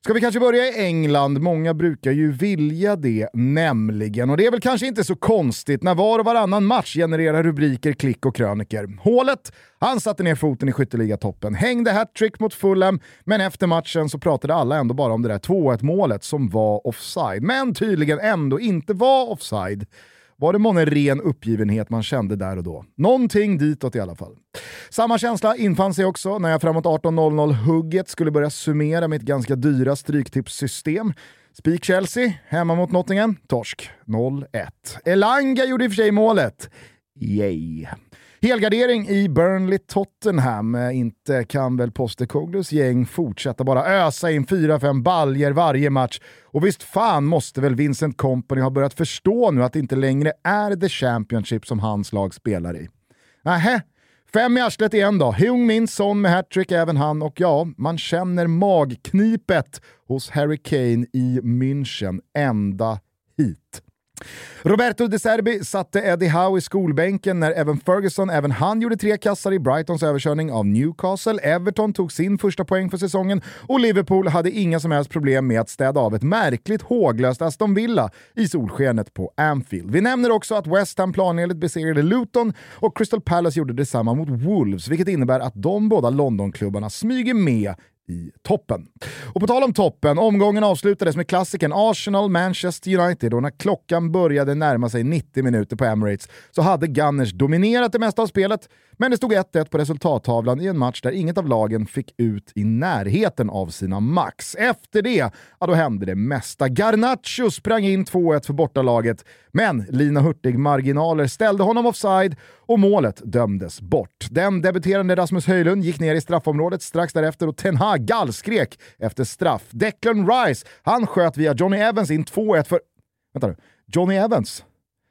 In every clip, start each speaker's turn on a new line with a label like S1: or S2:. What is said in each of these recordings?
S1: Ska vi kanske börja i England? Många brukar ju vilja det nämligen. Och det är väl kanske inte så konstigt när var och varannan match genererar rubriker, klick och kröniker. Hålet, han satte ner foten i skytteligatoppen, hängde hattrick mot Fulham, men efter matchen så pratade alla ändå bara om det där 2-1 målet som var offside. Men tydligen ändå inte var offside. Var det många ren uppgivenhet man kände där och då? Någonting ditåt i alla fall. Samma känsla infann sig också när jag framåt 18.00-hugget skulle börja summera mitt ganska dyra stryktipssystem. Spik Chelsea, hemma mot Nottingham, torsk 0-1. Elanga gjorde i och för sig målet. Yay. Helgardering i Burnley-Tottenham. Inte kan väl Postecoglou's gäng fortsätta bara ösa in 4-5 baljer varje match. Och visst fan måste väl Vincent Kompany ha börjat förstå nu att det inte längre är The Championship som hans lag spelar i. Nähä, 5 i arslet igen då. Heung-min Son med hattrick, även han, och ja, man känner magknipet hos Harry Kane i München ända hit. Roberto De Zerbi satte Eddie Howe i skolbänken när Evan Ferguson, även han, gjorde 3 kassar i Brightons överkörning av Newcastle. Everton tog sin första poäng för säsongen och Liverpool hade inga som helst problem med att städa av ett märkligt håglöst Aston Villa i solskenet på Anfield. Vi nämner också att West Ham planenligt besegrade Luton och Crystal Palace gjorde detsamma mot Wolves, vilket innebär att de båda Londonklubbarna smyger med i toppen. Och på tal om toppen, omgången avslutades med klassiken Arsenal-Manchester United, och när klockan började närma sig 90 minuter på Emirates så hade Gunners dominerat det mesta av spelet, men det stod 1-1 på resultattavlan i en match där inget av lagen fick ut i närheten av sina max. Efter det, ja, då hände det mesta. Garnacho sprang in 2-1 för bortalaget, men Lina Hurtig marginaler ställde honom offside och målet dömdes bort. Den debuterande Rasmus Højlund gick ner i straffområdet strax därefter och Ten Hag gallskrek efter straff. Declan Rice, han sköt via Johnny Evans in 2-1 för... Vänta nu, Johnny Evans?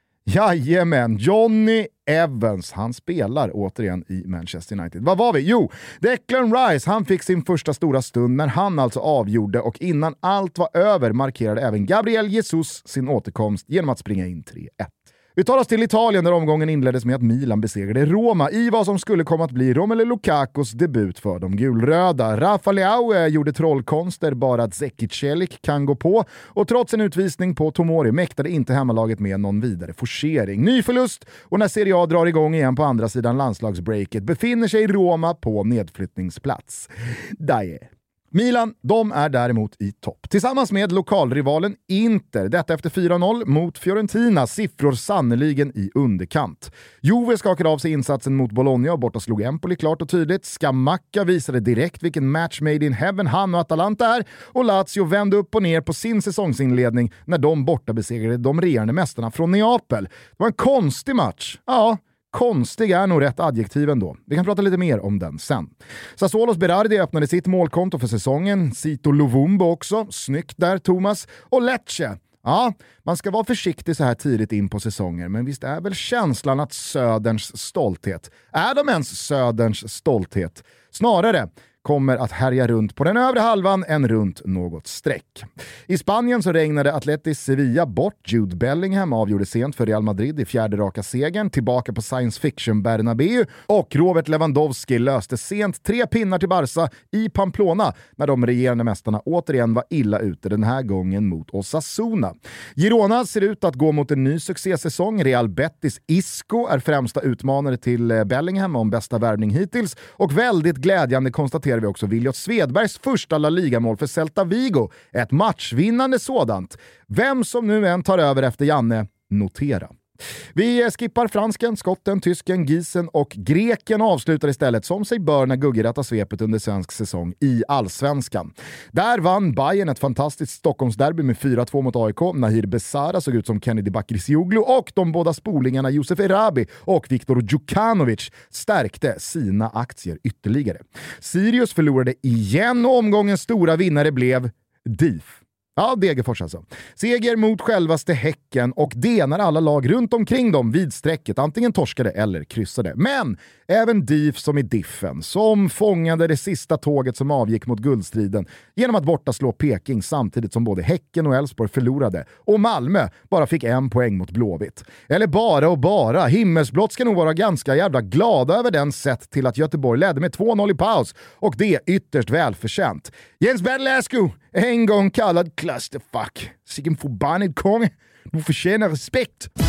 S1: Jajamän, Johnny Evans, han spelar återigen i Manchester United. Vad var vi? Jo, Declan Rice, han fick sin första stora stund när han alltså avgjorde, och innan allt var över markerade även Gabriel Jesus sin återkomst genom att springa in 3-1. Vi tar oss till Italien där omgången inleddes med att Milan besegrade Roma i vad som skulle komma att bli Romelu Lukakos debut för de gulröda. Rafa Leao gjorde trollkonster bara att Zeki Celik kan gå på, och trots en utvisning på Tomori mäktade inte hemmalaget med någon vidare forcering. Ny förlust, och när Serie A drar igång igen på andra sidan landslagsbreaket befinner sig Roma på nedflyttningsplats. Daje. Milan, de är däremot i topp. Tillsammans med lokalrivalen Inter. Detta efter 4-0 mot Fiorentina. Siffror sannoliken i underkant. Juve skakade av sig insatsen mot Bologna och borta slog Empoli klart och tydligt. Scamacca visade direkt vilken match made in heaven han och Atalanta är. Och Lazio vände upp och ner på sin säsongsinledning när de borta besegrade de regerande mästarna från Neapel. Det var en konstig match. Ja, konstig är nog rätt adjektiv ändå. Vi kan prata lite mer om den sen. Sassuolos Berardi öppnade sitt målkonto för säsongen. Sito Lovumbo också. Snyggt där, Thomas. Och Lecce. Ja, man ska vara försiktig så här tidigt in på säsongen, men visst är väl känslan att Söderns stolthet, är de ens Söderns stolthet, snarare kommer att härja runt på den övre halvan än runt något streck. I Spanien så regnade Athletic Sevilla bort. Jude Bellingham avgjorde sent för Real Madrid i 4:e raka segern, tillbaka på science fiction Bernabéu, och Robert Lewandowski löste sent 3 pinnar till Barca i Pamplona när de regerande mästarna återigen var illa ute, den här gången mot Osasuna. Girona ser ut att gå mot en ny succésäsong. Real Betis Isco är främsta utmanare till Bellingham om bästa värvning hittills, och väldigt glädjande konstaterar vi också Viljot Svedbergs första La Liga-mål för Celta Vigo. Ett matchvinnande sådant. Vem som nu än tar över efter Janne, notera. Vi skippar fransken, skotten, tysken, gisen och greken och avslutar istället som sig bör när Gugge rattar svepet under svensk säsong i Allsvenskan. Där vann Bayern ett fantastiskt Stockholmsderby med 4-2 mot AIK. Nahir Besara såg ut som Kennedy Bakircioglu, och de båda spolingarna Josef Erabi och Viktor Djukanovic stärkte sina aktier ytterligare. Sirius förlorade igen, och omgångens stora vinnare blev DIF. Ja, Degerfors alltså. Seger mot självaste Häcken, och det när alla lag runt omkring dem vid strecket antingen torskade eller kryssade. Men även DIF som i Diffen, som fångade det sista tåget som avgick mot guldstriden genom att borta slå Peking samtidigt som både Häcken och Elfsborg förlorade, och Malmö bara fick 1 poäng mot Blåvitt. Eller bara, Himmelsblått ska nog vara ganska jävla glada över den sätt till att Göteborg ledde med 2-0 i paus, och det ytterst välförtjänt. Jens Bertlasco, en gång kallad clusterfuck. Sicken förbannad kong. Du förtjänar respekt.